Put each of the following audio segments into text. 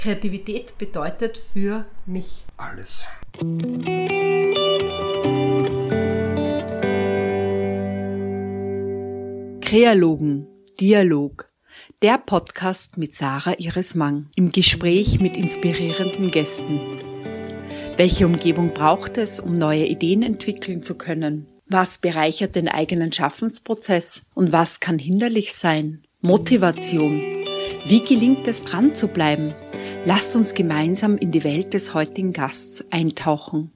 Kreativität bedeutet für mich alles. Krealogen, Dialog, der Podcast mit Sarah Iris Mang im Gespräch mit inspirierenden Gästen. Welche Umgebung braucht es, um neue Ideen entwickeln zu können? Was bereichert den eigenen Schaffensprozess und was kann hinderlich sein? Motivation. Wie gelingt es, dran zu bleiben? Lasst uns gemeinsam in die Welt des heutigen Gasts eintauchen.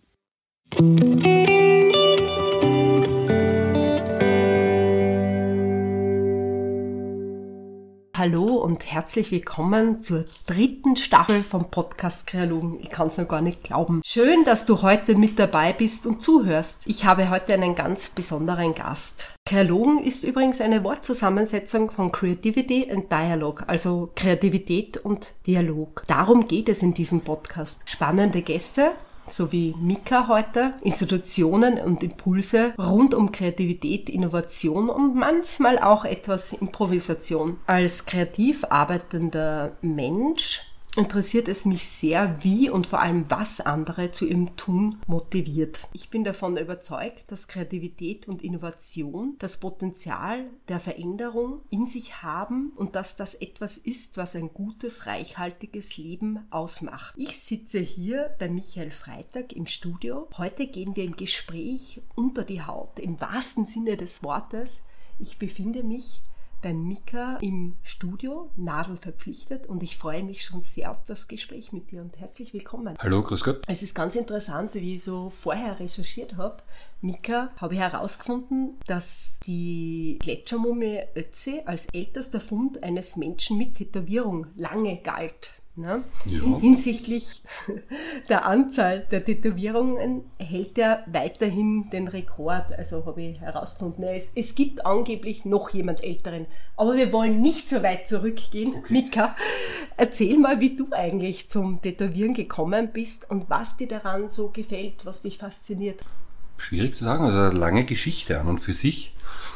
Hallo und herzlich willkommen zur 3. Staffel vom Podcast Krealogen. Ich kann es noch gar nicht glauben. Schön, dass du heute mit dabei bist und zuhörst. Ich habe heute einen ganz besonderen Gast. Krealogen ist übrigens eine Wortzusammensetzung von Creativity and Dialogue, also Kreativität und Dialog. Darum geht es in diesem Podcast. Spannende Gäste, so wie Mika heute, Institutionen und Impulse rund um Kreativität, Innovation und manchmal auch etwas Improvisation. Als kreativ arbeitender Mensch interessiert es mich sehr, wie und vor allem was andere zu ihrem Tun motiviert. Ich bin davon überzeugt, dass Kreativität und Innovation das Potenzial der Veränderung in sich haben und dass das etwas ist, was ein gutes, reichhaltiges Leben ausmacht. Ich sitze hier bei Michael Freitag im Studio. Heute gehen wir im Gespräch unter die Haut, im wahrsten Sinne des Wortes. Ich befinde mich bei Mika im Studio, nadelverpflichtet, und ich freue mich schon sehr auf das Gespräch mit dir und herzlich willkommen. Hallo, grüß Gott. Es ist ganz interessant, wie ich so vorher recherchiert habe. Mika, habe ich herausgefunden, dass die Gletschermumie Ötzi als ältester Fund eines Menschen mit Tätowierung lange galt. Ne? Ja. Hinsichtlich der Anzahl der Tätowierungen hält er weiterhin den Rekord, also habe ich herausgefunden. Es gibt angeblich noch jemand Älteren, aber wir wollen nicht so weit zurückgehen. Okay. Mika, erzähl mal, wie du eigentlich zum Tätowieren gekommen bist und was dir daran so gefällt, was dich fasziniert. Schwierig zu sagen, also eine lange Geschichte an und für sich.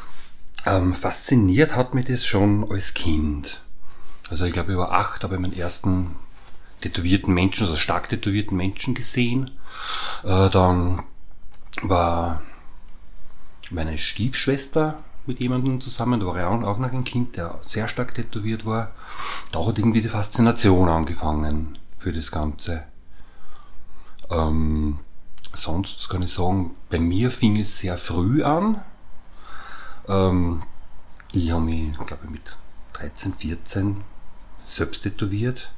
Fasziniert hat mich das schon als Kind. Also ich glaube, ich war 8, habe ich meinen ersten tätowierten Menschen, also stark tätowierten Menschen gesehen. Dann war meine Stiefschwester mit jemandem zusammen, da war ich auch noch ein Kind, der sehr stark tätowiert war. Da hat irgendwie die Faszination angefangen für das Ganze. Sonst kann ich sagen, bei mir fing es sehr früh an. Ich habe mich, glaube ich, mit 13, 14 selbst tätowiert,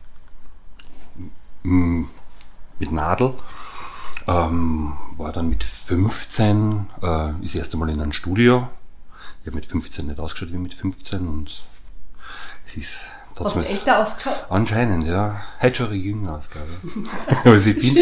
mit Nadel, war dann mit 15 das erste Mal in einem Studio. Ich habe mit 15 nicht ausgeschaut wie mit 15 und es ist... Hast du älter ausgeschaut? Anscheinend, ja. Heute schon jünger aus, glaube ich. Was ich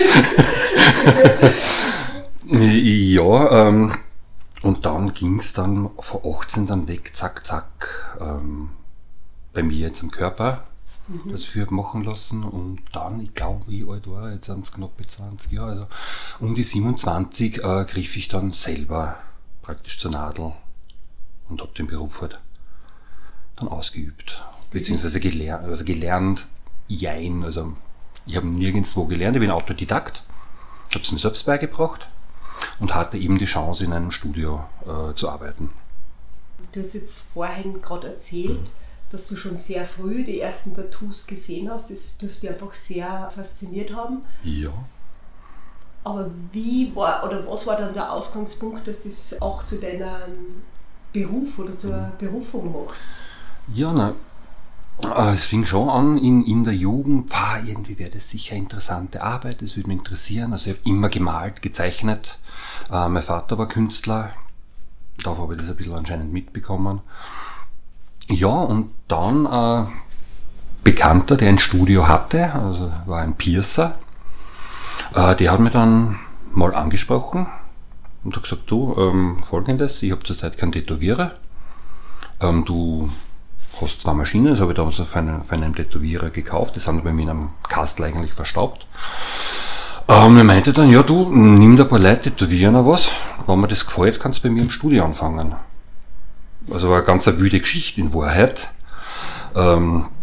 bin. Ja, und dann ging es dann von 18 dann weg, zack, zack, bei mir jetzt im Körper. Das für machen lassen und dann, ich glaube, wie alt war ich, jetzt sind es knapp 20 Jahre, also um die 27 griff ich dann selber praktisch zur Nadel und habe den Beruf halt dann ausgeübt, beziehungsweise gelernt, jein, also ich habe nirgendwo gelernt, ich bin Autodidakt, habe es mir selbst beigebracht und hatte eben die Chance, in einem Studio zu arbeiten. Du hast jetzt vorhin gerade erzählt, dass du schon sehr früh die ersten Tattoos gesehen hast. Das dürfte dich einfach sehr fasziniert haben. Ja. Aber was war dann der Ausgangspunkt, dass du es auch zu deinem Beruf oder zur Berufung machst? Ja, es fing schon an in der Jugend, irgendwie wäre das sicher interessante Arbeit, das würde mich interessieren. Also ich habe immer gemalt, gezeichnet. Mein Vater war Künstler, da habe ich das ein bisschen anscheinend mitbekommen. Ja, und dann Bekannter, der ein Studio hatte, also war ein Piercer, der hat mich dann mal angesprochen und hat gesagt, du, folgendes, ich habe zurzeit keinen Tätowierer, du hast 2 Maschinen, das habe ich damals für einen Tätowierer gekauft, die sind bei mir in einem Kastel eigentlich verstaubt. Er meinte dann, ja du, nimm da ein paar Leute, tätowieren oder was, wenn mir das gefällt, kannst du bei mir im Studio anfangen. Also war eine ganz wüde Geschichte in Wahrheit.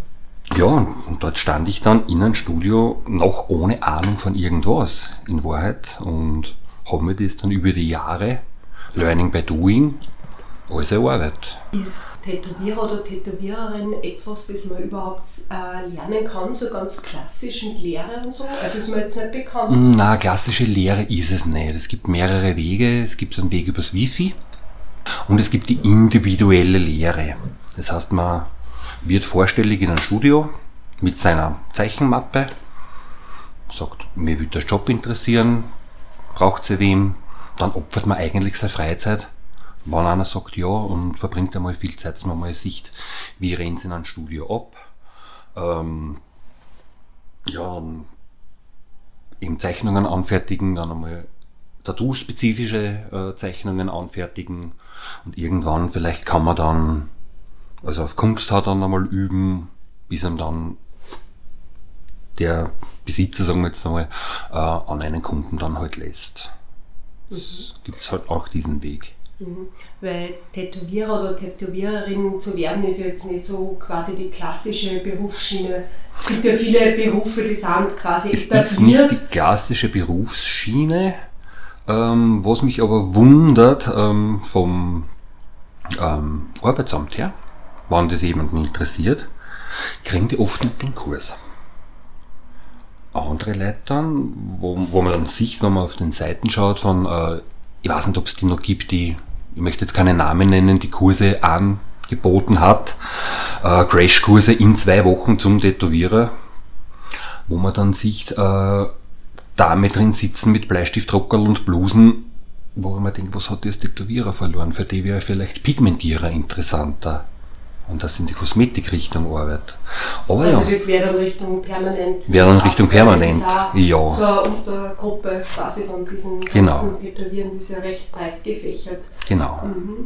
Ja, und dort stand ich dann in einem Studio noch ohne Ahnung von irgendwas in Wahrheit und habe mir das dann über die Jahre, Learning by Doing, alles erarbeitet. Ist Tätowierer oder Tätowiererin etwas, das man überhaupt lernen kann, so ganz klassisch mit Lehre und so? Also ist mir jetzt nicht bekannt. Na, klassische Lehre ist es nicht. Es gibt mehrere Wege. Es gibt einen Weg übers Wifi und es gibt die individuelle Lehre. Das heißt, man wird vorstellig in einem Studio mit seiner Zeichenmappe, sagt, mir würde der Job interessieren, braucht sie wem, dann opfert man eigentlich seine Freizeit, wenn einer sagt ja und verbringt einmal viel Zeit, dass man mal sieht, wie rennt es in einem Studio ab. Eben Zeichnungen anfertigen, dann einmal Tattoo-spezifische Zeichnungen anfertigen und irgendwann vielleicht kann man dann also auf Kunsthaar dann einmal üben, bis einem dann der Besitzer, sagen wir jetzt einmal, an einen Kunden dann halt lässt. Es gibt halt auch diesen Weg. Weil Tätowierer oder Tätowiererin zu werden ist jetzt nicht so quasi die klassische Berufsschiene. Es gibt ja viele Berufe, die sind quasi etabliert. Es ist nicht die klassische Berufsschiene, was mich aber wundert vom Arbeitsamt her, wenn das jemanden interessiert, kriegen die oft nicht den Kurs. Andere Leute dann, wo man dann sieht, wenn man auf den Seiten schaut von, ich weiß nicht, ob es die noch gibt, ich möchte jetzt keine Namen nennen, die Kurse angeboten hat, Crashkurse in 2 Wochen zum Tätowierer, wo man dann sieht, Dame drin sitzen mit Bleistiftrockerl und Blusen, wo man denkt, was hat das Tätowierer verloren? Für die wäre vielleicht Pigmentierer interessanter. Und das in die Kosmetikrichtung arbeitet. Aber also ja, das wäre dann Richtung permanent. Wäre dann Richtung permanent, ja. So eine Untergruppe quasi von diesen ganzen Tätowieren, die ist ja recht breit gefächert. Genau.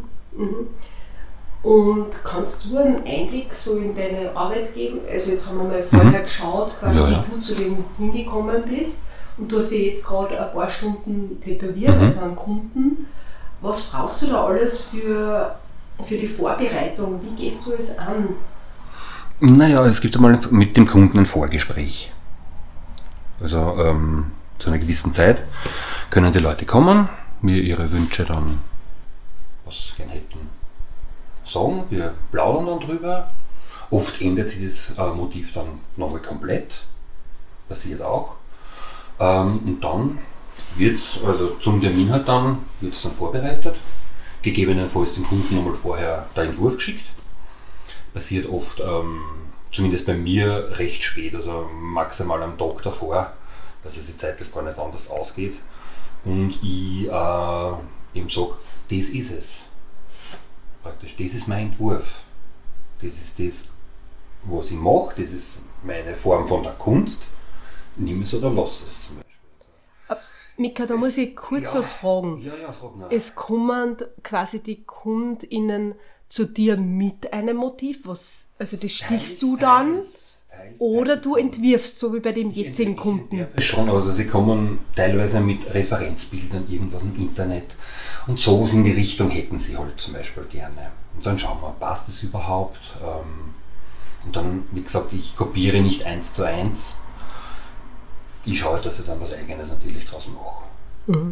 Und kannst du einen Einblick so in deine Arbeit geben? Also jetzt haben wir mal vorher geschaut, quasi wie du zu dem hingekommen bist. Und du hast ja jetzt gerade ein paar Stunden tätowiert, also einen Kunden. Was brauchst du da alles für die Vorbereitung? Wie gehst du es an? Naja, es gibt einmal mit dem Kunden ein Vorgespräch. Also zu einer gewissen Zeit können die Leute kommen, mir ihre Wünsche dann, was sie gerne hätten, sagen. Wir plaudern dann drüber. Oft ändert sich das Motiv dann nochmal komplett. Passiert auch. Und dann wird es, also zum Termin halt dann, wird es dann vorbereitet. Gegebenenfalls dem Kunden nochmal vorher der Entwurf geschickt. Passiert oft, zumindest bei mir, recht spät, also maximal am Tag davor, dass es die zeitlich gar nicht anders ausgeht. Und ich eben sage, das ist es. Praktisch, das ist mein Entwurf. Das ist das, was ich mache, das ist meine Form von der Kunst. Nimm es oder lass es zum Beispiel. Mika, da muss ich kurz was fragen. Ja, frag mal. Es kommen quasi die KundInnen zu dir mit einem Motiv, also das stichst du dann oder du entwirfst, so wie bei dem jetzigen Kunden? Schon, also sie kommen teilweise mit Referenzbildern, irgendwas im Internet und sowas in die Richtung hätten sie halt zum Beispiel gerne. Und dann schauen wir, passt das überhaupt? Und dann, wie gesagt, ich kopiere nicht 1:1. Ich schaue, dass ich dann was Eigenes natürlich draus mache.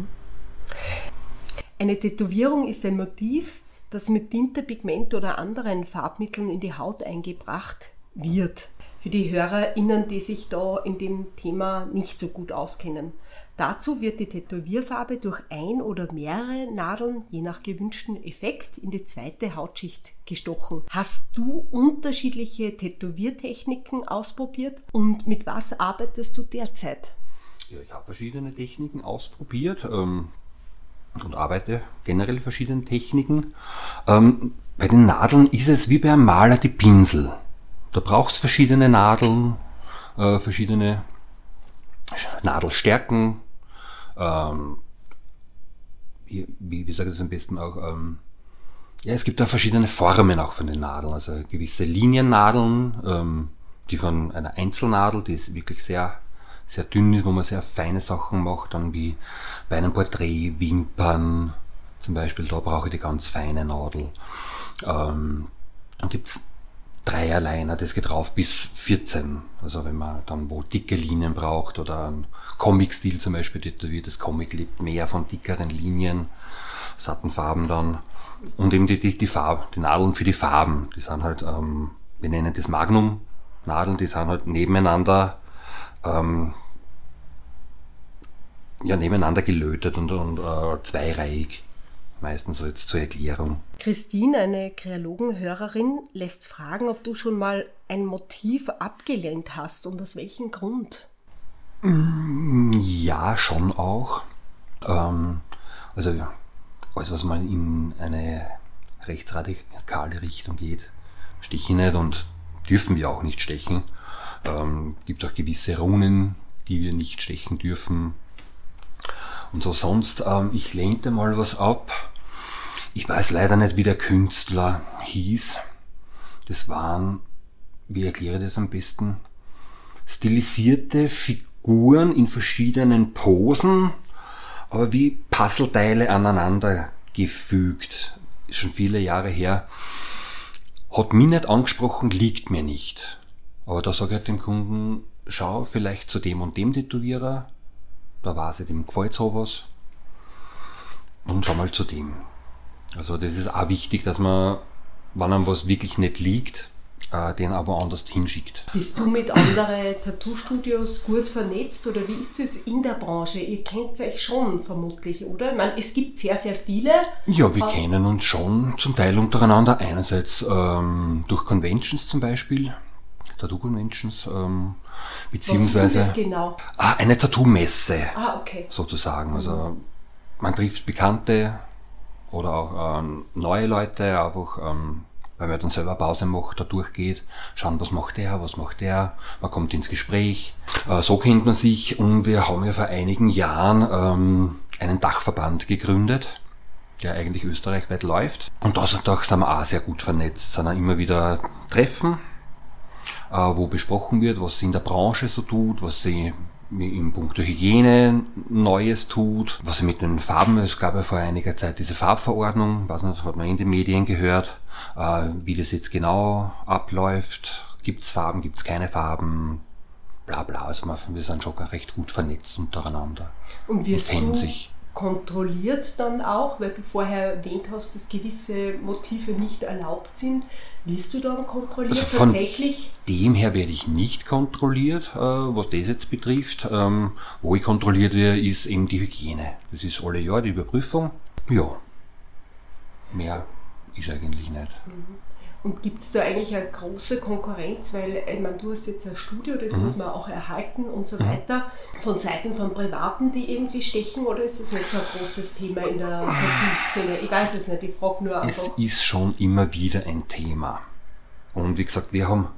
Eine Tätowierung ist ein Motiv, das mit Tinte, Pigment oder anderen Farbmitteln in die Haut eingebracht wird. Für die HörerInnen, die sich da in dem Thema nicht so gut auskennen. Dazu wird die Tätowierfarbe durch ein oder mehrere Nadeln, je nach gewünschten Effekt, in die zweite Hautschicht gestochen. Hast du unterschiedliche Tätowiertechniken ausprobiert und mit was arbeitest du derzeit? Ja, ich habe verschiedene Techniken ausprobiert und arbeite generell verschiedene Techniken. Bei den Nadeln ist es wie bei einem Maler die Pinsel. Da braucht es verschiedene Nadeln, verschiedene Nadelstärken. Wie sage ich das am besten auch? Ja, es gibt auch verschiedene Formen auch von den Nadeln. Also gewisse Liniennadeln, die von einer Einzelnadel, die ist wirklich sehr, sehr dünn ist, wo man sehr feine Sachen macht, dann wie bei einem Porträt, Wimpern zum Beispiel, da brauche ich die ganz feine Nadel. Dann gibt es Dreierliner, das geht rauf bis 14. Also wenn man dann wo dicke Linien braucht oder einen Comic-Stil zum Beispiel tätowiert, das Comic lebt mehr von dickeren Linien, satten Farben dann. Und eben die Farbe, die Nadeln für die Farben, die sind halt, wir nennen das Magnum-Nadeln, die sind halt nebeneinander gelötet und zweireihig. Meistens so jetzt zur Erklärung. Christine, eine Kreologenhörerin, lässt fragen, ob du schon mal ein Motiv abgelehnt hast und aus welchem Grund? Ja, schon auch. Also alles, was mal in eine rechtsradikale Richtung geht, steche ich nicht und dürfen wir auch nicht stechen. Gibt auch gewisse Runen, die wir nicht stechen dürfen. Und so sonst, ich lehnte mal was ab. Ich weiß leider nicht, wie der Künstler hieß. Das waren, wie erkläre ich das am besten? Stilisierte Figuren in verschiedenen Posen, aber wie Puzzleteile aneinander gefügt. Ist schon viele Jahre her. Hat mich nicht angesprochen, liegt mir nicht. Aber da sage ich dem Kunden, schau vielleicht zu dem und dem Tätowierer. Da weiß ich, dem gefällt sowas. Und schau mal zu dem. Also das ist auch wichtig, dass man, wenn einem was wirklich nicht liegt, den aber woanders hinschickt. Bist du mit anderen Tattoo-Studios gut vernetzt oder wie ist es in der Branche? Ihr kennt euch schon vermutlich, oder? Ich meine, es gibt sehr, sehr viele. Ja, wir kennen uns schon zum Teil untereinander. Einerseits durch Conventions zum Beispiel. Tattoo-Conventions, beziehungsweise was ist das genau? Eine Tattoo-Messe, Okay. sozusagen. Also man trifft Bekannte oder auch neue Leute, einfach weil man dann selber Pause macht, da durchgeht, schauen, was macht der, man kommt ins Gespräch. So kennt man sich und wir haben ja vor einigen Jahren einen Dachverband gegründet, der eigentlich österreichweit läuft. Und da sind wir auch sehr gut vernetzt, sind auch immer wieder Treffen, wo besprochen wird, was sie in der Branche so tut, was sie in puncto Hygiene Neues tut, was sie mit den Farben, es gab ja vor einiger Zeit diese Farbverordnung, weiß nicht, hat man in den Medien gehört, wie das jetzt genau abläuft, gibt's Farben, gibt's keine Farben, bla bla, also wir sind schon recht gut vernetzt untereinander. Und wirst kennen du sich. Kontrolliert dann auch, weil du vorher erwähnt hast, dass gewisse Motive nicht erlaubt sind. Wirst du dann kontrolliert also von tatsächlich? Dem her werde ich nicht kontrolliert, was das jetzt betrifft. Wo ich kontrolliert werde, ist eben die Hygiene. Das ist alle Jahr die Überprüfung. Ja, mehr ist eigentlich nicht. Und gibt es da eigentlich eine große Konkurrenz, weil ich meine, du hast jetzt ein Studio, das muss man auch erhalten und so weiter, von Seiten von Privaten, die irgendwie stechen, oder ist das nicht so ein großes Thema in der Tattoo-Szene? Ich weiß es nicht, ich frage nur einfach. Es ist schon immer wieder ein Thema. Und wie gesagt, wir haben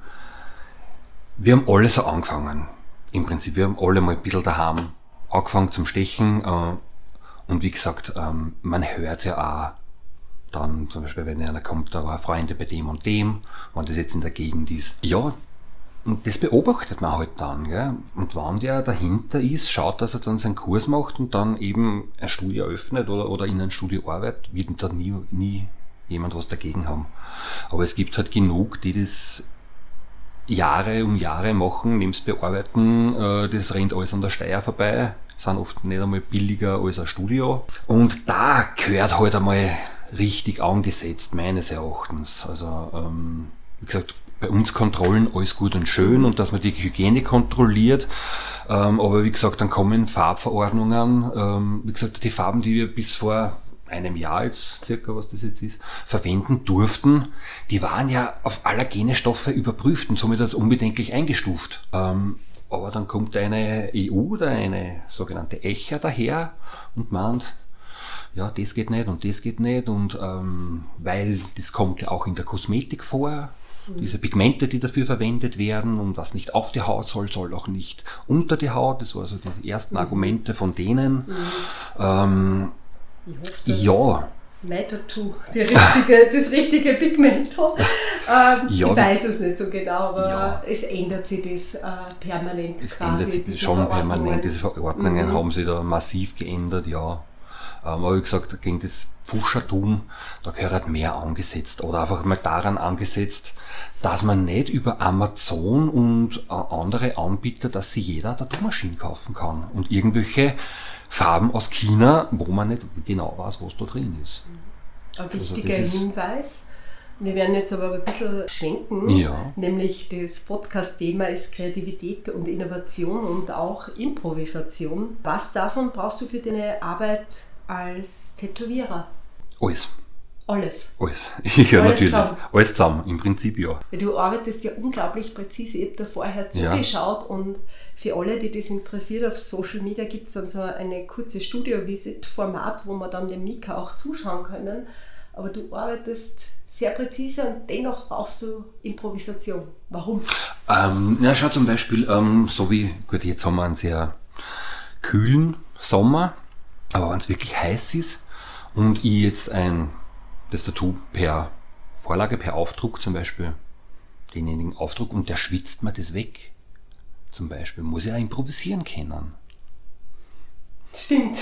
alle so angefangen. Im Prinzip, wir haben alle mal ein bisschen daheim angefangen zum Stechen. Und wie gesagt, man hört es ja auch. Dann zum Beispiel, wenn einer kommt, da war Freunde bei dem und dem, wenn das jetzt in der Gegend ist. Ja, und das beobachtet man halt dann. Gell? Und wenn der dahinter ist, schaut, dass er dann seinen Kurs macht und dann eben ein Studio eröffnet oder in einem Studio arbeitet, wird da nie jemand was dagegen haben. Aber es gibt halt genug, die das Jahre um Jahre machen, neben's bearbeiten, das rennt alles an der Steuer vorbei, sind oft nicht einmal billiger als ein Studio. Und da gehört halt einmal richtig angesetzt, meines Erachtens. Also, wie gesagt, bei uns Kontrollen alles gut und schön und dass man die Hygiene kontrolliert. Aber wie gesagt, dann kommen Farbverordnungen. Wie gesagt, die Farben, die wir bis vor einem Jahr jetzt, circa, was das jetzt ist, verwenden durften, die waren ja auf allergene Stoffe überprüft und somit als unbedenklich eingestuft. Aber dann kommt eine EU oder eine sogenannte ECHA daher und meint, ja, das geht nicht und das geht nicht und weil das kommt ja auch in der Kosmetik vor, diese Pigmente, die dafür verwendet werden und was nicht auf die Haut soll auch nicht unter die Haut, das war so die ersten Argumente von denen. Ich hoffe, dass ja. mein Tattoo das richtige Pigment hat. Ich weiß es nicht so genau, aber es ändert sich das permanent. Es ändert sich das schon permanent, diese Verordnungen haben sich da massiv geändert, ja. Aber wie gesagt, gegen das Pfuschertum, da gehört mehr angesetzt. Oder einfach mal daran angesetzt, dass man nicht über Amazon und andere Anbieter, dass sich jeder eine Tattoo-Maschine kaufen kann. Und irgendwelche Farben aus China, wo man nicht genau weiß, was da drin ist. Ein wichtiger Hinweis. Wir werden jetzt aber ein bisschen schwenken, nämlich das Podcast-Thema ist Kreativität und Innovation und auch Improvisation. Was davon brauchst du für deine Arbeit als Tätowierer? Alles. Alles? Alles. Ja, alles natürlich. Zusammen. Alles zusammen, im Prinzip ja. Du arbeitest ja unglaublich präzise. Ich habe da vorher zugeschaut und für alle, die das interessiert, auf Social Media gibt es dann so eine kurze Studio-Visit-Format, wo man dann dem Mika auch zuschauen können. Aber du arbeitest sehr präzise und dennoch brauchst du Improvisation. Warum? Schau zum Beispiel, so wie, gut, jetzt haben wir einen sehr kühlen Sommer, aber wenn es wirklich heiß ist und ich jetzt das Tattoo per Vorlage, per Aufdruck zum Beispiel, denjenigen Aufdruck und der schwitzt mir das weg, zum Beispiel, muss ich auch improvisieren können. Stimmt.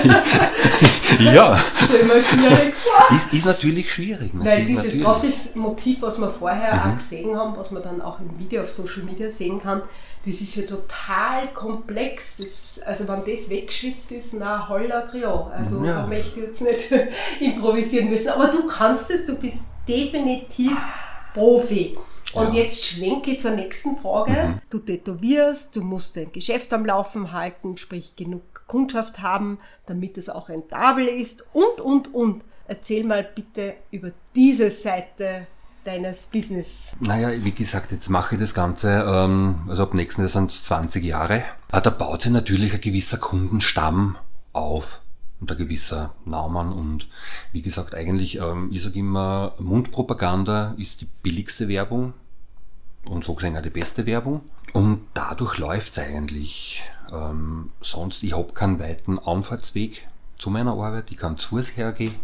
Ja. Immer schwierig vor. Ist natürlich schwierig. Weil gerade das Motiv, was wir vorher auch gesehen haben, was man dann auch im Video auf Social Media sehen kann, das ist ja total komplex. Also wenn das weggeschwitzt ist, na holla trio. Also da möchte ich jetzt nicht improvisieren müssen. Aber du kannst es, du bist definitiv Profi. Und jetzt schwenke ich zur nächsten Frage. Du tätowierst, du musst dein Geschäft am Laufen halten, sprich genug Kundschaft haben, damit es auch rentabel ist und. Erzähl mal bitte über diese Seite deines Business. Naja, wie gesagt, jetzt mache ich das Ganze, also ab nächsten Jahr sind es 20 Jahre. Da baut sich natürlich ein gewisser Kundenstamm auf und ein gewisser Namen und wie gesagt, eigentlich, ich sage immer, Mundpropaganda ist die billigste Werbung und so gesehen auch die beste Werbung und dadurch läuft es eigentlich. Sonst, ich habe keinen weiten Anfahrtsweg zu meiner Arbeit, ich kann zu Fuß hergehen.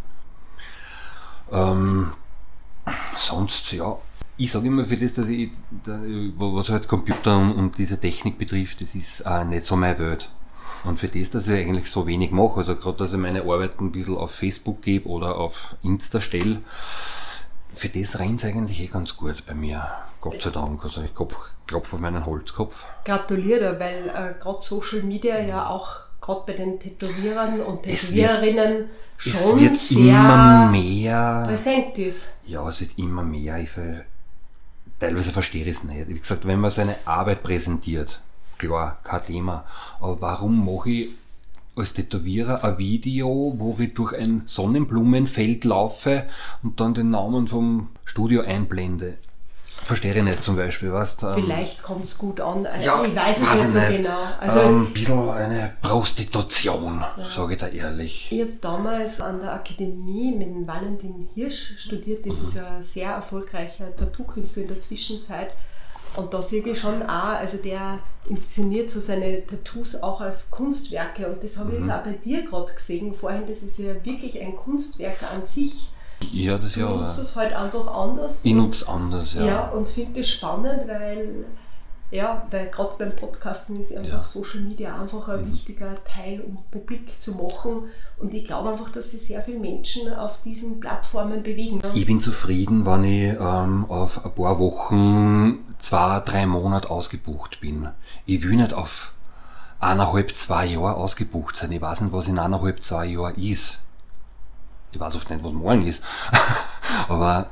Sonst, ja, ich sage immer für das, dass ich, was halt Computer und diese Technik betrifft, das ist nicht so meine Welt. Und für das, dass ich eigentlich so wenig mache, also gerade, dass ich meine Arbeit ein bisschen auf Facebook gebe oder auf Insta stelle, für das rennt es eigentlich ganz gut bei mir, Gott sei Dank. Also ich klopfe auf meinen Holzkopf. Gratuliere, weil gerade Social Media ja auch gerade bei den Tätowierern und Tätowiererinnen schon sehr immer mehr präsent ist. Ja, es wird immer mehr. Teilweise verstehe ich es nicht. Wie gesagt, wenn man seine Arbeit präsentiert, klar, kein Thema. Aber warum mache ich als Tätowierer ein Video, wo ich durch ein Sonnenblumenfeld laufe und dann den Namen vom Studio einblende? Verstehe ich nicht zum Beispiel, weißt du? Vielleicht kommt es gut an, ja, ich weiß es nicht so genau. Also, ein bisschen eine Prostitution, sage ich da ehrlich. Ich habe damals an der Akademie mit dem Valentin Hirsch studiert, das ist ein sehr erfolgreicher Tattoo-Künstler in der Zwischenzeit. Und da sehe ich schon auch, also der inszeniert so seine Tattoos auch als Kunstwerke und das habe ich jetzt auch bei dir gerade gesehen vorhin, das ist ja wirklich ein Kunstwerk an sich. Ja, das du nutzt es halt einfach anders. Ich nutze anders, ja. Ja, und finde das spannend, weil gerade beim Podcasten ist einfach Social Media einfach ein wichtiger Teil, um publik zu machen. Und ich glaube einfach, dass sich sehr viele Menschen auf diesen Plattformen bewegen. Ich bin zufrieden, wenn ich auf ein paar Wochen, 2-3 Monate ausgebucht bin. Ich will nicht auf 1,5-2 Jahre ausgebucht sein. Ich weiß nicht, was in 1,5-2 Jahren ist. Ich weiß oft nicht, was morgen ist. Aber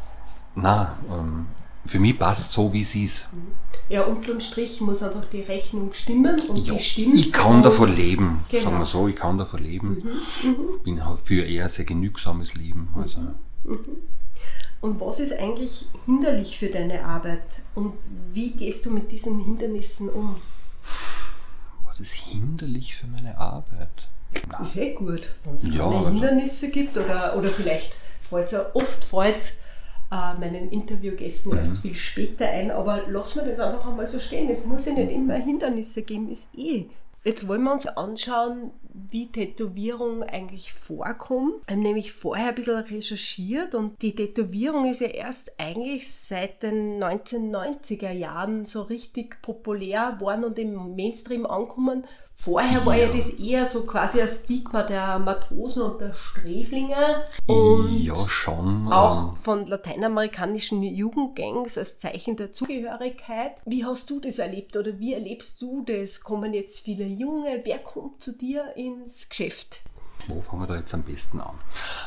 für mich passt so, wie es ist. Ja, unterm Strich muss einfach die Rechnung stimmen und die stimmt. Ich kann davon leben, genau. Sagen wir so, ich kann davon leben. Bin für eher sehr genügsames Leben. Also. Und was ist eigentlich hinderlich für deine Arbeit und wie gehst du mit diesen Hindernissen um? Was ist hinderlich für meine Arbeit? Ist eh gut, wenn es keine Hindernisse gibt oder vielleicht freut es meinen Interviewgästen erst viel später ein, aber lassen wir das einfach einmal so stehen. Es muss ja nicht immer Hindernisse geben, ist eh. Jetzt wollen wir uns anschauen, wie Tätowierung eigentlich vorkommt. Ich habe nämlich vorher ein bisschen recherchiert und die Tätowierung ist ja erst eigentlich seit den 1990er Jahren so richtig populär geworden und im Mainstream angekommen. Vorher war ja das eher so quasi ein Stigma der Matrosen und der Sträflinge und ja, schon. auch von lateinamerikanischen Jugendgangs als Zeichen der Zugehörigkeit. Wie hast du das erlebt oder wie erlebst du das? Kommen jetzt viele Junge? Wer kommt zu dir ins Geschäft? Wo fangen wir da jetzt am besten an?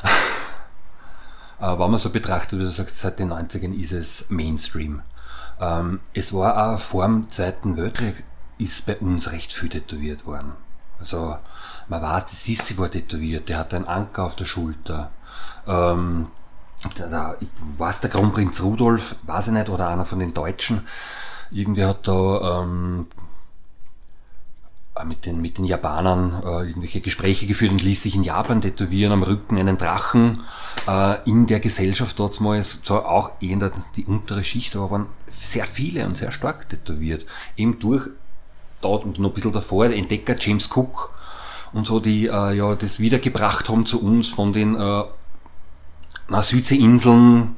Wenn man so betrachtet, wie du sagst, seit den 90ern ist es Mainstream. Es war auch vor dem Zweiten Weltkrieg ist bei uns recht viel tätowiert worden. Also man weiß, die Sissi war tätowiert, der hatte einen Anker auf der Schulter. Ich weiß, der Kronprinz Rudolf, weiß ich nicht, oder einer von den Deutschen, irgendwie hat da mit den Japanern irgendwelche Gespräche geführt und ließ sich in Japan tätowieren, am Rücken einen Drachen. In der Gesellschaft dort mal, zwar auch eher die untere Schicht, aber waren sehr viele und sehr stark tätowiert. Eben durch dort und noch ein bisschen davor, der Entdecker James Cook und so, die das wiedergebracht haben zu uns von den Südseeinseln.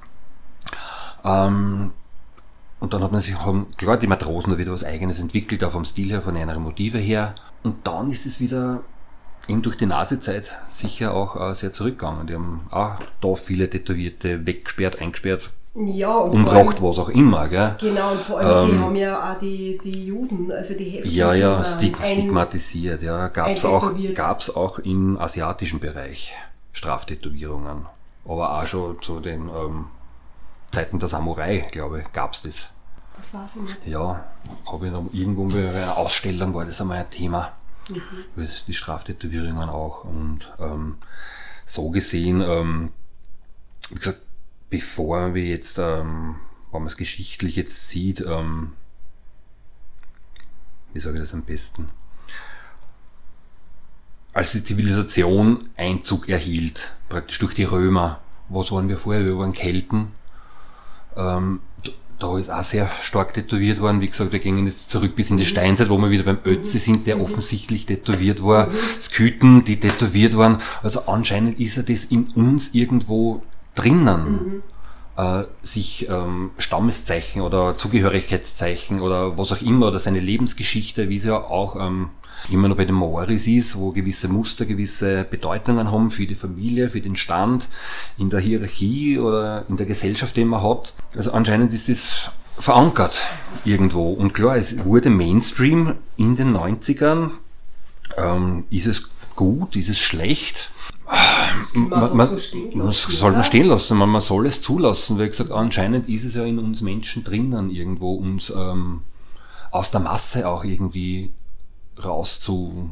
Und dann haben klar die Matrosen da wieder was Eigenes entwickelt, auch vom Stil her, von anderen Motive her. Und dann ist es wieder eben durch die Nazi-Zeit sicher auch sehr zurückgegangen. Die haben auch da viele Tätowierte weggesperrt, eingesperrt, ja, und umgebracht, was auch immer. Gell? Genau, und vor allem sie haben ja auch die Juden, also die Häftlinge. Stigmatisiert. Ja, gab's auch im asiatischen Bereich Straftätowierungen. Aber auch schon zu den Zeiten der Samurai, glaube ich, gab's das. Das weiß ich nicht. Ja, habe ich noch irgendwo bei einer Ausstellung, war das einmal ein Thema. Die Straftätowierungen auch. Und so gesehen, wie gesagt, bevor wir jetzt, wenn man es geschichtlich jetzt sieht, wie sage ich das am besten? Als die Zivilisation Einzug erhielt, praktisch durch die Römer, was waren wir vorher? Wir waren Kelten. Da ist auch sehr stark tätowiert worden. Wie gesagt, wir gehen jetzt zurück bis in die Steinzeit, wo wir wieder beim Ötzi sind, der offensichtlich tätowiert war. Skythen, die tätowiert waren. Also anscheinend ist ja das in uns irgendwo drinnen. Sich Stammeszeichen oder Zugehörigkeitszeichen oder was auch immer, oder seine Lebensgeschichte, wie es ja auch immer noch bei den Maoris ist, wo gewisse Muster, gewisse Bedeutungen haben für die Familie, für den Stand, in der Hierarchie oder in der Gesellschaft, die man hat. Also anscheinend ist es verankert irgendwo. Und klar, es wurde Mainstream in den 90ern. Ist es gut? Ist es schlecht? Man soll man stehen lassen, man soll es zulassen, weil gesagt, anscheinend ist es ja in uns Menschen drinnen, irgendwo uns aus der Masse auch irgendwie rauszustechen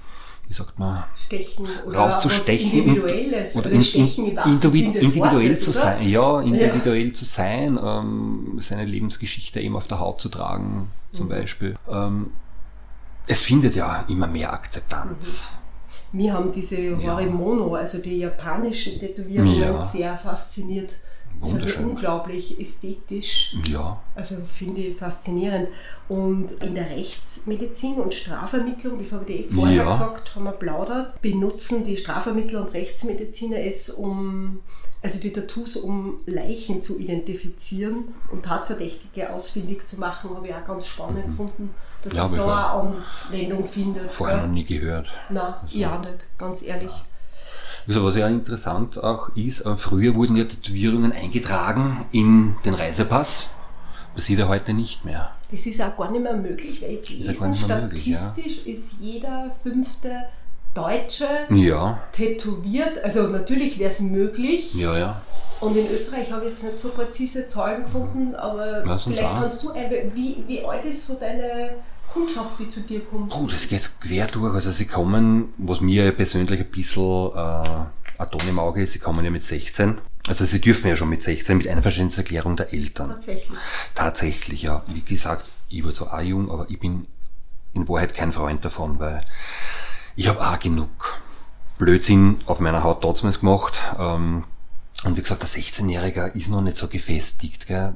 oder rauszustechen, Individuelles oder individuell zu sein, individuell zu sein, seine Lebensgeschichte eben auf der Haut zu tragen, zum Beispiel. Es findet ja immer mehr Akzeptanz. Wir haben diese Horimono, also die japanischen Tätowierungen, sehr fasziniert. Wunderschön. Also unglaublich ästhetisch. Ja. Also finde ich faszinierend. Und in der Rechtsmedizin und Strafvermittlung, das habe ich vorher gesagt, haben wir plaudert, benutzen die Strafvermittler und Rechtsmediziner es, also die Tattoos, um Leichen zu identifizieren und Tatverdächtige ausfindig zu machen, habe ich auch ganz spannend gefunden, dass es da eine Anwendung findet. Vorher noch nie gehört. Nein, ich auch nicht, ganz ehrlich. Also was ja interessant auch ist, früher wurden ja Tätowierungen eingetragen in den Reisepass. Passiert ja heute nicht mehr. Das ist auch gar nicht mehr möglich, weil ich gelesen, statistisch ist jeder 5. Deutsche tätowiert. Also natürlich wäre es möglich. Ja. Und in Österreich habe ich jetzt nicht so präzise Zahlen gefunden, aber vielleicht kannst du, wie alt ist so deine Kundschaft, die zu dir kommt? Das geht quer durch. Also sie kommen, was mir persönlich ein bisschen ein Ton im Auge ist, sie kommen ja mit 16. Also sie dürfen ja schon mit 16 mit Einverständniserklärung der Eltern. Tatsächlich, ja. Wie gesagt, ich war zwar auch jung, aber ich bin in Wahrheit kein Freund davon, weil ich habe auch genug Blödsinn auf meiner Haut damals gemacht. Und wie gesagt, der 16-Jährige ist noch nicht so gefestigt, gell.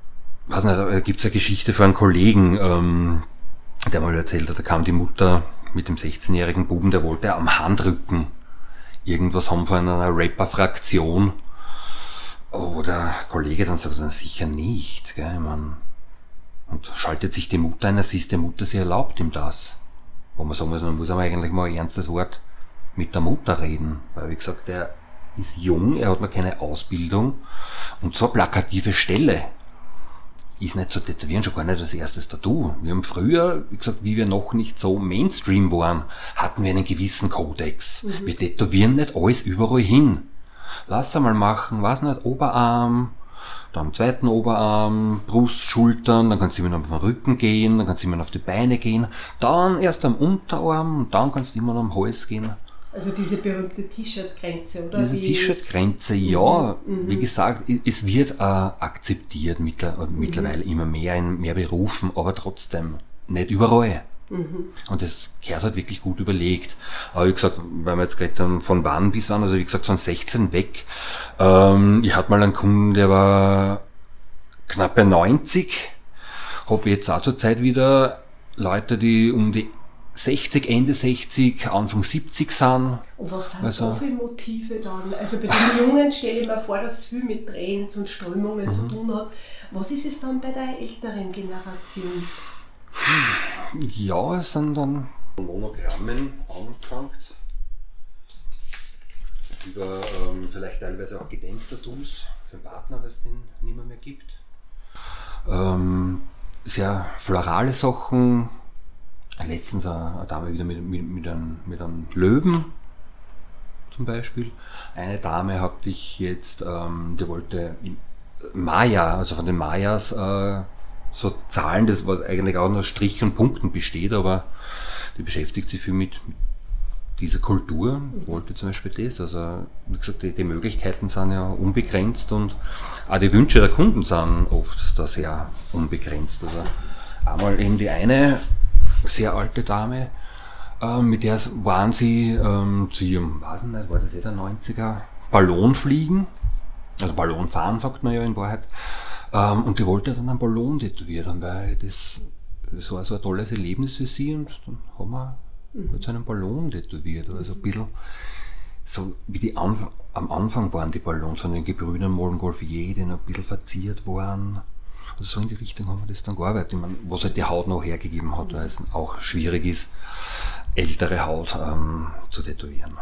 Weiß nicht, da gibt's eine Geschichte von einem Kollegen, der mal erzählt hat, da kam die Mutter mit dem 16-jährigen Buben, der wollte am Handrücken irgendwas haben von einer Rapper-Fraktion. Wo der Kollege dann sagt, sicher nicht. Gell? Und schaltet sich die Mutter ein, siehst die Mutter, sie erlaubt ihm das. Wo man sagen muss, man muss aber eigentlich mal ein ernstes Wort mit der Mutter reden. Weil, wie gesagt, der ist jung, er hat noch keine Ausbildung. Und so eine plakative Stelle ist nicht zu tätowieren, schon gar nicht das erste Tattoo. Wir haben früher, wie gesagt, wie wir noch nicht so Mainstream waren, hatten wir einen gewissen Kodex. Wir tätowieren nicht alles überall hin. Lass einmal machen, weiß nicht, Oberarm, dann zweiten Oberarm, Brust, Schultern, dann kannst du immer noch auf den Rücken gehen, dann kannst du immer noch auf die Beine gehen, dann erst am Unterarm und dann kannst du immer noch am Hals gehen. Also diese berühmte T-Shirt-Grenze, oder? Diese T-Shirt-Grenze, ja, wie gesagt, es wird akzeptiert mittlerweile immer mehr in mehr Berufen, aber trotzdem nicht überall. Und das gehört halt wirklich gut überlegt. Aber wie gesagt, weil wir jetzt gerade von wann bis wann, also wie gesagt von 16 weg. Ich hatte mal einen Kunden, der war knapp bei 90. Habe jetzt auch zur Zeit wieder Leute, die um die 60, Ende 60, Anfang 70 sind. Und was sind so viele Motive dann? Also bei den Jungen stelle ich mir vor, dass es viel mit Trends und Strömungen zu tun hat. Was ist es dann bei der älteren Generation? Ja, es sind dann Monogrammen angefangen, über vielleicht teilweise auch Gedenktattoos für den Partner, weil es den nicht mehr gibt. Sehr florale Sachen. Letztens eine Dame wieder mit einem Löwen zum Beispiel. Eine Dame hatte ich jetzt, die wollte Maya, also von den Mayas, so Zahlen, das was eigentlich auch nur Strich und Punkten besteht, aber die beschäftigt sich viel mit dieser Kultur, wollte zum Beispiel das. Also wie gesagt, die Möglichkeiten sind ja unbegrenzt und auch die Wünsche der Kunden sind oft da sehr unbegrenzt. Also einmal eben die eine sehr alte Dame, mit der waren sie zu ihrem, weiß nicht, war das der 90er, Ballonfliegen, also Ballonfahren sagt man ja in Wahrheit, und die wollte dann einen Ballon tätowiert haben, weil das war so ein tolles Erlebnis für sie und dann haben wir so einen Ballon tätowiert, also ein bisschen so wie die am Anfang waren die Ballons von den Gebrüdern Montgolfier, die noch ein bisschen verziert waren. Also so in die Richtung haben wir das dann gearbeitet, was halt die Haut noch hergegeben hat, weil es auch schwierig ist, ältere Haut zu tätowieren.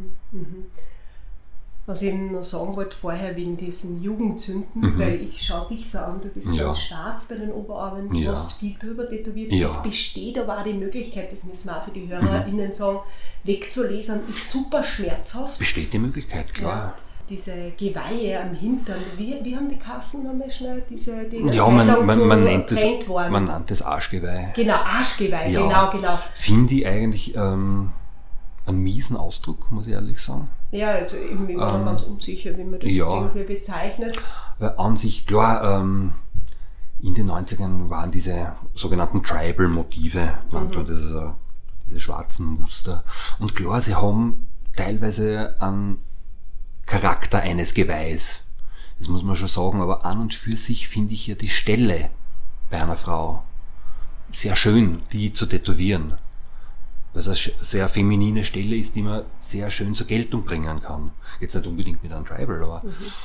Was ich eben noch sagen wollte vorher wegen diesen Jugendzünden, weil ich schaue dich so an, du bist ganz schwarz bei den Oberarmen, du hast viel drüber tätowiert. Es besteht aber auch die Möglichkeit, das müssen wir auch für die HörerInnen sagen, wegzulesen, ist super schmerzhaft. Besteht die Möglichkeit, klar. Ja. Diese Geweihe am Hintern, wie haben die Kassen nochmal schnell die man nennt das Arschgeweih. Genau, Arschgeweih, genau. Finde ich eigentlich einen miesen Ausdruck, muss ich ehrlich sagen. Ja, also ich bin mir ganz unsicher, wie man das irgendwie bezeichnet. Weil an sich, klar, in den 90ern waren diese sogenannten Tribal-Motive, nannte man das, also diese schwarzen Muster. Und klar, sie haben teilweise einen Charakter eines Geweihs. Das muss man schon sagen, aber an und für sich finde ich ja die Stelle bei einer Frau sehr schön, die zu tätowieren. Weil es eine sehr feminine Stelle ist, die man sehr schön zur Geltung bringen kann. Jetzt nicht unbedingt mit einem Tribal, aber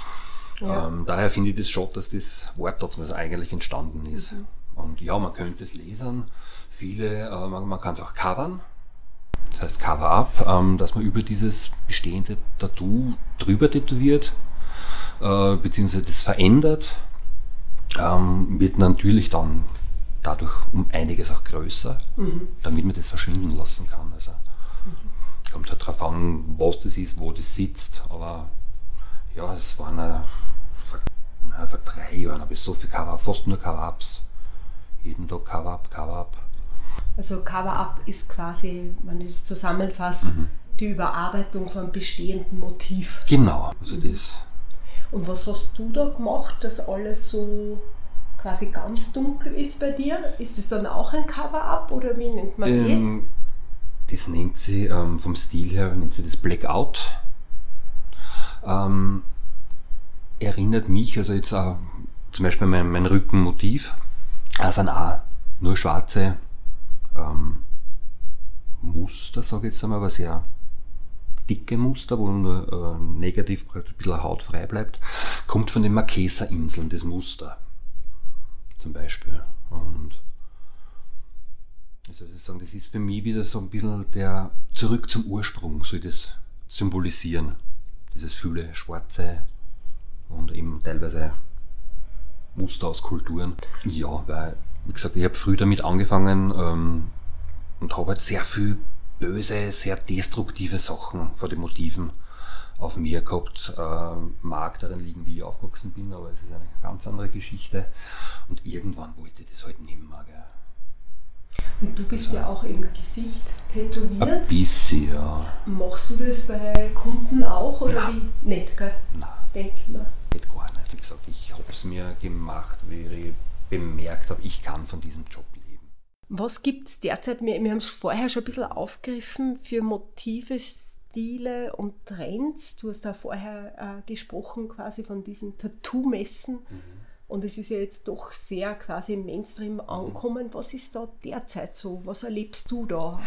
daher finde ich das schon, dass das Wort dazu eigentlich entstanden ist. Und ja, man könnte es lesen, man kann es auch covern. Das heißt Cover-Up, dass man über dieses bestehende Tattoo drüber tätowiert, beziehungsweise das verändert, wird natürlich dann dadurch um einiges auch größer, damit man das verschwinden lassen kann. Also kommt halt darauf an, was das ist, wo das sitzt, aber ja, es waren vor 3 Jahren habe ich so viel Cover-Up, fast nur Cover-Ups. Jeden Tag Cover-Up. Also Cover-Up ist quasi, wenn ich das zusammenfasse, die Überarbeitung von bestehenden Motiv. Genau, also das. Und was hast du da gemacht, dass alles so quasi ganz dunkel ist bei dir? Ist es dann auch ein Cover-Up oder wie nennt man das? Das nennt sie, vom Stil her, nennt sie das Blackout. Erinnert mich, also jetzt zum Beispiel mein Rückenmotiv, sind auch nur schwarze Muster, sage ich jetzt einmal, aber sehr dicke Muster, wo nur negativ praktisch ein bisschen Haut frei bleibt, kommt von den Marquesa-Inseln, das Muster zum Beispiel. Und also ich sagen, das ist für mich wieder so ein bisschen der zurück zum Ursprung, soll das symbolisieren. Dieses viele Schwarze und eben teilweise Muster aus Kulturen. Ja, weil, wie gesagt, ich habe früh damit angefangen und habe halt sehr viel böse, sehr destruktive Sachen von den Motiven auf mir gehabt. Mag darin liegen, wie ich aufgewachsen bin, aber es ist eine ganz andere Geschichte. Und irgendwann wollte ich das halt nicht mehr. Gell. Und du bist ja auch im Gesicht tätowiert. Ein bisschen, ja. Machst du das bei Kunden auch oder Nein. wie? Nicht, gell? Nein. Denk mir. Geht gar nicht. Wie gesagt, ich habe es mir gemacht, wie ich bemerkt habe, ich kann von diesem Job leben. Was gibt es derzeit, wir haben es vorher schon ein bisschen aufgegriffen, für Motive, Stile und Trends? Du hast da vorher gesprochen quasi von diesen Tattoo-Messen. Und es ist ja jetzt doch sehr quasi im Mainstream angekommen. Was ist da derzeit so? Was erlebst du da?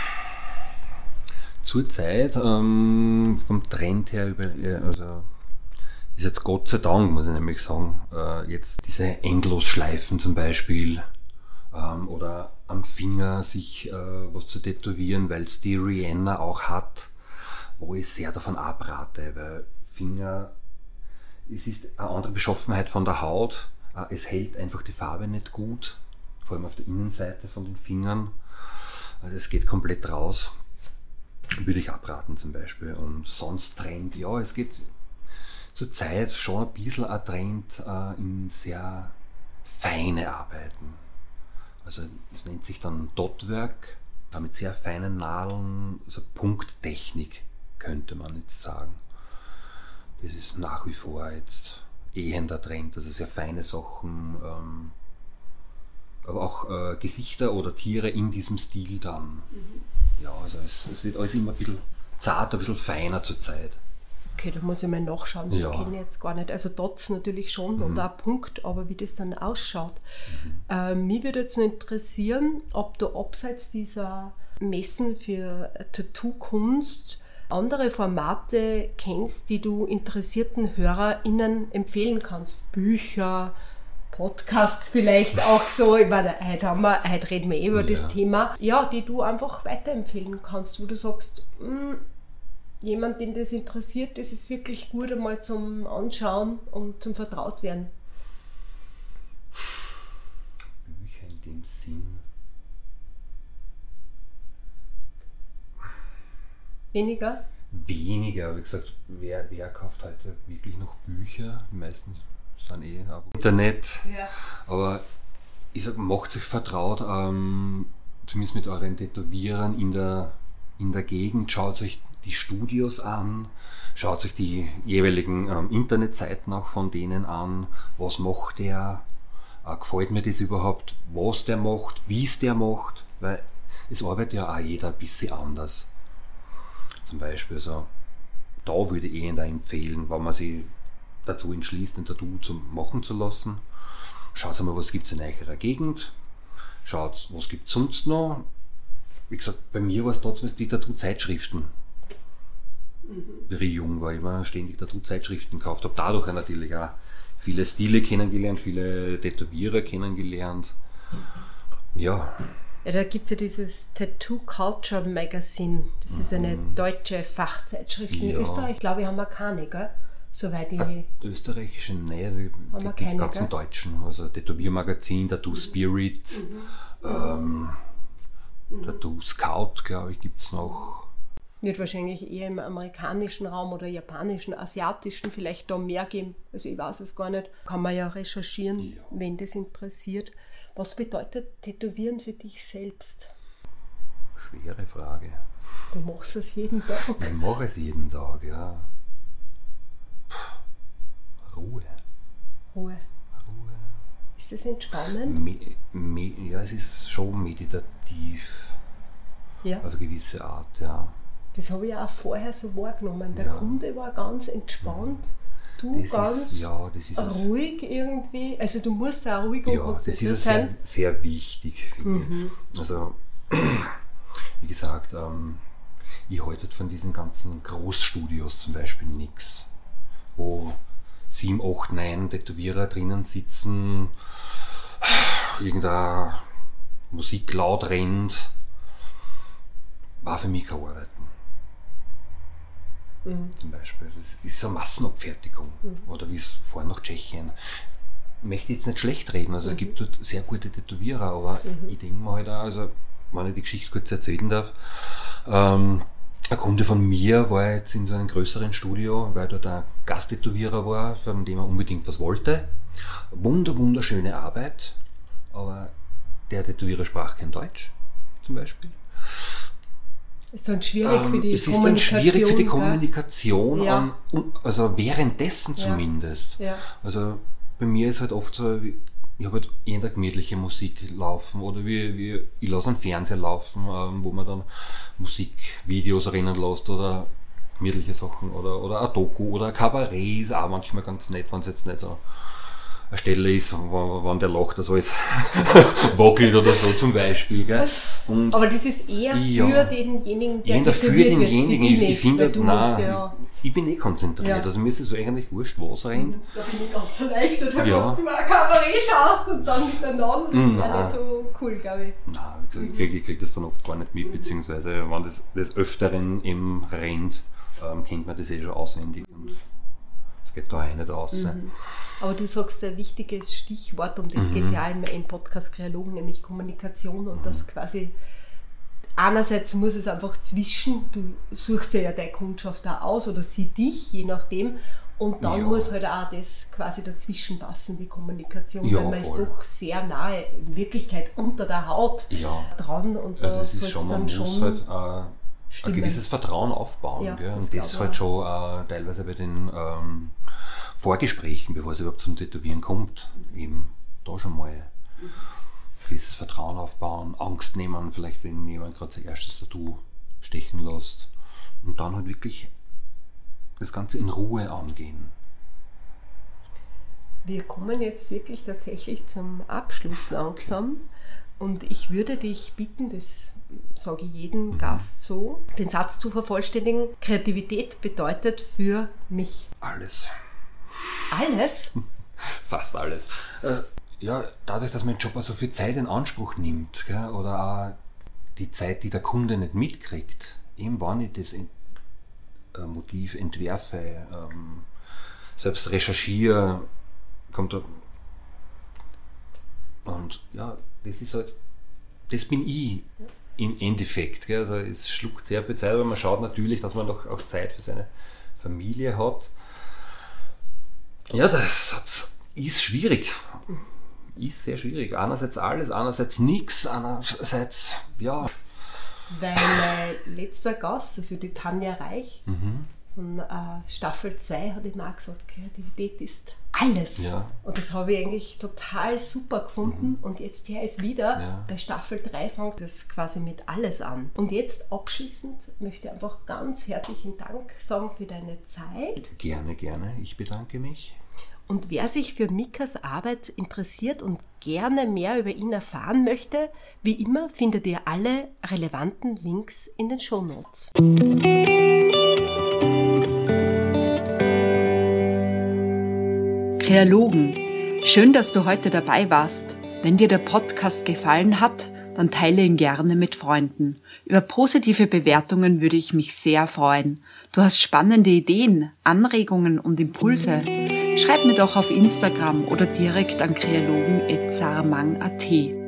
Zurzeit vom Trend her also ist jetzt Gott sei Dank, muss ich nämlich sagen, jetzt diese Endlosschleifen zum Beispiel oder am Finger sich was zu tätowieren, weil es die Rihanna auch hat, wo ich sehr davon abrate, weil Finger, es ist eine andere Beschaffenheit von der Haut, es hält einfach die Farbe nicht gut, vor allem auf der Innenseite von den Fingern, also es geht komplett raus. Würde ich abraten zum Beispiel. Und sonst Trend, ja, es geht zur Zeit schon ein bisschen ein Trend in sehr feine Arbeiten. Also es nennt sich dann Dotwork, mit sehr feinen Nadeln, also Punkttechnik könnte man jetzt sagen. Das ist nach wie vor jetzt der Trend, also sehr feine Sachen, aber auch Gesichter oder Tiere in diesem Stil dann. Ja, also es wird alles immer ein bisschen zarter, ein bisschen feiner zur Zeit. Okay, da muss ich mal nachschauen, das kenne ich jetzt gar nicht. Also Dots natürlich schon und auch Punkt, aber wie das dann ausschaut. Mich würde jetzt noch interessieren, ob du abseits dieser Messen für Tattoo-Kunst andere Formate kennst, die du interessierten HörerInnen empfehlen kannst. Bücher, Podcasts vielleicht auch so, ich meine, heute reden wir über das Thema, ja, die du einfach weiterempfehlen kannst, wo du sagst, jemand, den das interessiert, das ist wirklich gut einmal zum Anschauen und zum Vertrautwerden. Bücher in dem Sinn. Weniger? Weniger, wie gesagt, wer kauft heute wirklich noch Bücher? Die meisten sind auf Internet. Ja. Aber ich sage, macht sich vertraut, zumindest mit euren Tätowierern in der Gegend, schaut euch die Studios an, schaut euch die jeweiligen Internetseiten auch von denen an, was macht der, gefällt mir das überhaupt, was der macht, wie es der macht, weil es arbeitet ja auch jeder ein bisschen anders. Zum Beispiel so, da würde ich da empfehlen, wenn man sich dazu entschließt, ein Tattoo machen zu lassen. Schaut mal, was gibt es in eurer Gegend. Schaut, was gibt es sonst noch. Wie gesagt, bei mir war es trotzdem die Tattoo-Zeitschriften. Wie ich jung war, ich habe ständig Tattoo-Zeitschriften gekauft. Habe dadurch natürlich auch viele Stile kennengelernt, viele Tätowierer kennengelernt. Ja. Ja, da gibt es ja dieses Tattoo Culture Magazine. Das ist eine deutsche Fachzeitschrift. In Österreich, glaube ich, haben wir keine, gell? Soweit ich... Österreichische, nein, die ganzen Deutschen. Also Tätowiermagazin, Tattoo Spirit, Tattoo Scout, glaube ich, gibt es noch. Wird wahrscheinlich eher im amerikanischen Raum oder japanischen, asiatischen vielleicht da mehr geben. Also ich weiß es gar nicht. Kann man ja recherchieren, wenn das interessiert. Was bedeutet Tätowieren für dich selbst? Schwere Frage. Du machst es jeden Tag? Ich mache es jeden Tag, ja. Ruhe. Ist das entspannend? Ja, es ist schon meditativ. Ja. Auf eine gewisse Art, ja. Das habe ich auch vorher so wahrgenommen. Der Kunde war ganz entspannt. Du das ganz ist ruhig irgendwie. Also du musst auch ruhig und konzentriert sein. Ja, das ist sehr, sehr wichtig, finde ich. Also wie gesagt, ich halte von diesen ganzen Großstudios zum Beispiel nichts, wo 7, 8, 9 Tätowierer drinnen sitzen, irgendeine Musik laut rennt, war für mich kein Arbeiten. Zum Beispiel. Das ist so eine Massenabfertigung. Oder wie es vorhin nach Tschechien. Ich möchte jetzt nicht schlecht reden, also es gibt dort sehr gute Tätowierer, aber ich denke mir halt auch, also wenn ich die Geschichte kurz erzählen darf, ein Kunde von mir war jetzt in so einem größeren Studio, weil dort ein Gasttätowierer war, von dem er unbedingt was wollte. Wunderschöne Arbeit, aber der Tätowierer sprach kein Deutsch, zum Beispiel. Ist dann schwierig für die es Kommunikation. ist dann schwierig für die Kommunikation, ja. Also währenddessen zumindest. Ja. Also bei mir ist halt oft so, ich habe halt eher gemütliche Musik laufen oder ich lasse einen Fernseher laufen, wo man dann Musikvideos rennen lässt oder gemütliche Sachen oder ein Doku oder ein Kabarett ist auch manchmal ganz nett, wenn es jetzt nicht so eine Stelle ist, wenn der lacht, das alles wackelt oder so zum Beispiel. Gell? Und aber das ist eher für denjenigen, der für denjenigen. Ich finde, ich bin konzentriert. Ja. Also mir ist es so eigentlich wurscht, was rennt. Da bin ich ganz erleichtert, wenn Ja. du mal ein Kabarett schaust und dann miteinander, das ist ja nicht so cool, glaube ich. Nein, ich krieg das dann oft gar nicht mit, beziehungsweise wenn das des Öfteren eben rennt, kennt man das eh schon auswendig. Und es geht da auch nicht raus. Aber du sagst ein wichtiges Stichwort, um das geht es ja auch im Podcast Kreologen, nämlich Kommunikation und das quasi, einerseits muss es einfach du suchst ja deine Kundschaft auch aus oder sie dich, je nachdem, und dann muss halt auch das quasi dazwischen passen, die Kommunikation, weil man ist doch sehr nahe, in Wirklichkeit unter der Haut dran und da also soll es dann man muss halt ein gewisses Vertrauen aufbauen. Ja, gell? das Und das halt schon teilweise bei den Vorgesprächen, bevor es überhaupt zum Tätowieren kommt, eben da schon mal ein gewisses Vertrauen aufbauen, Angst nehmen, vielleicht wenn jemand gerade sein erstes Tattoo stechen lässt und dann halt wirklich das Ganze in Ruhe angehen. Wir kommen jetzt wirklich tatsächlich zum Abschluss langsam und ich würde dich bitten, das sage ich jedem Gast so, den Satz zu vervollständigen: Kreativität bedeutet für mich Alles. alles. Fast alles. Ja, dadurch, dass mein Job auch so viel Zeit in Anspruch nimmt, gell, oder auch die Zeit, die der Kunde nicht mitkriegt, eben wenn ich das Motiv entwerfe, selbst recherchiere, kommt da. Und ja, das ist halt, das bin ich im Endeffekt. Gell. Also es schluckt sehr viel Zeit, aber man schaut natürlich, dass man doch auch Zeit für seine Familie hat. Ja, das Satz ist schwierig. Ist sehr schwierig. Einerseits alles, andererseits nichts, andererseits, ja. Weil mein letzter Gast, also die Tanja Reich von Staffel 2, hat immer auch gesagt, Kreativität ist alles. Ja. Und das habe ich eigentlich total super gefunden. Und jetzt her ist wieder, bei Staffel 3 fängt das quasi mit alles an. Und jetzt abschließend möchte ich einfach ganz herzlichen Dank sagen für deine Zeit. Gerne, gerne. Ich bedanke mich. Und wer sich für Mikas Arbeit interessiert und gerne mehr über ihn erfahren möchte, wie immer findet ihr alle relevanten Links in den Shownotes. Kreologen, schön, dass du heute dabei warst. Wenn dir der Podcast gefallen hat, dann teile ihn gerne mit Freunden. Über positive Bewertungen würde ich mich sehr freuen. Du hast spannende Ideen, Anregungen und Impulse. Schreib mir doch auf Instagram oder direkt an kreologen@sarmang.at.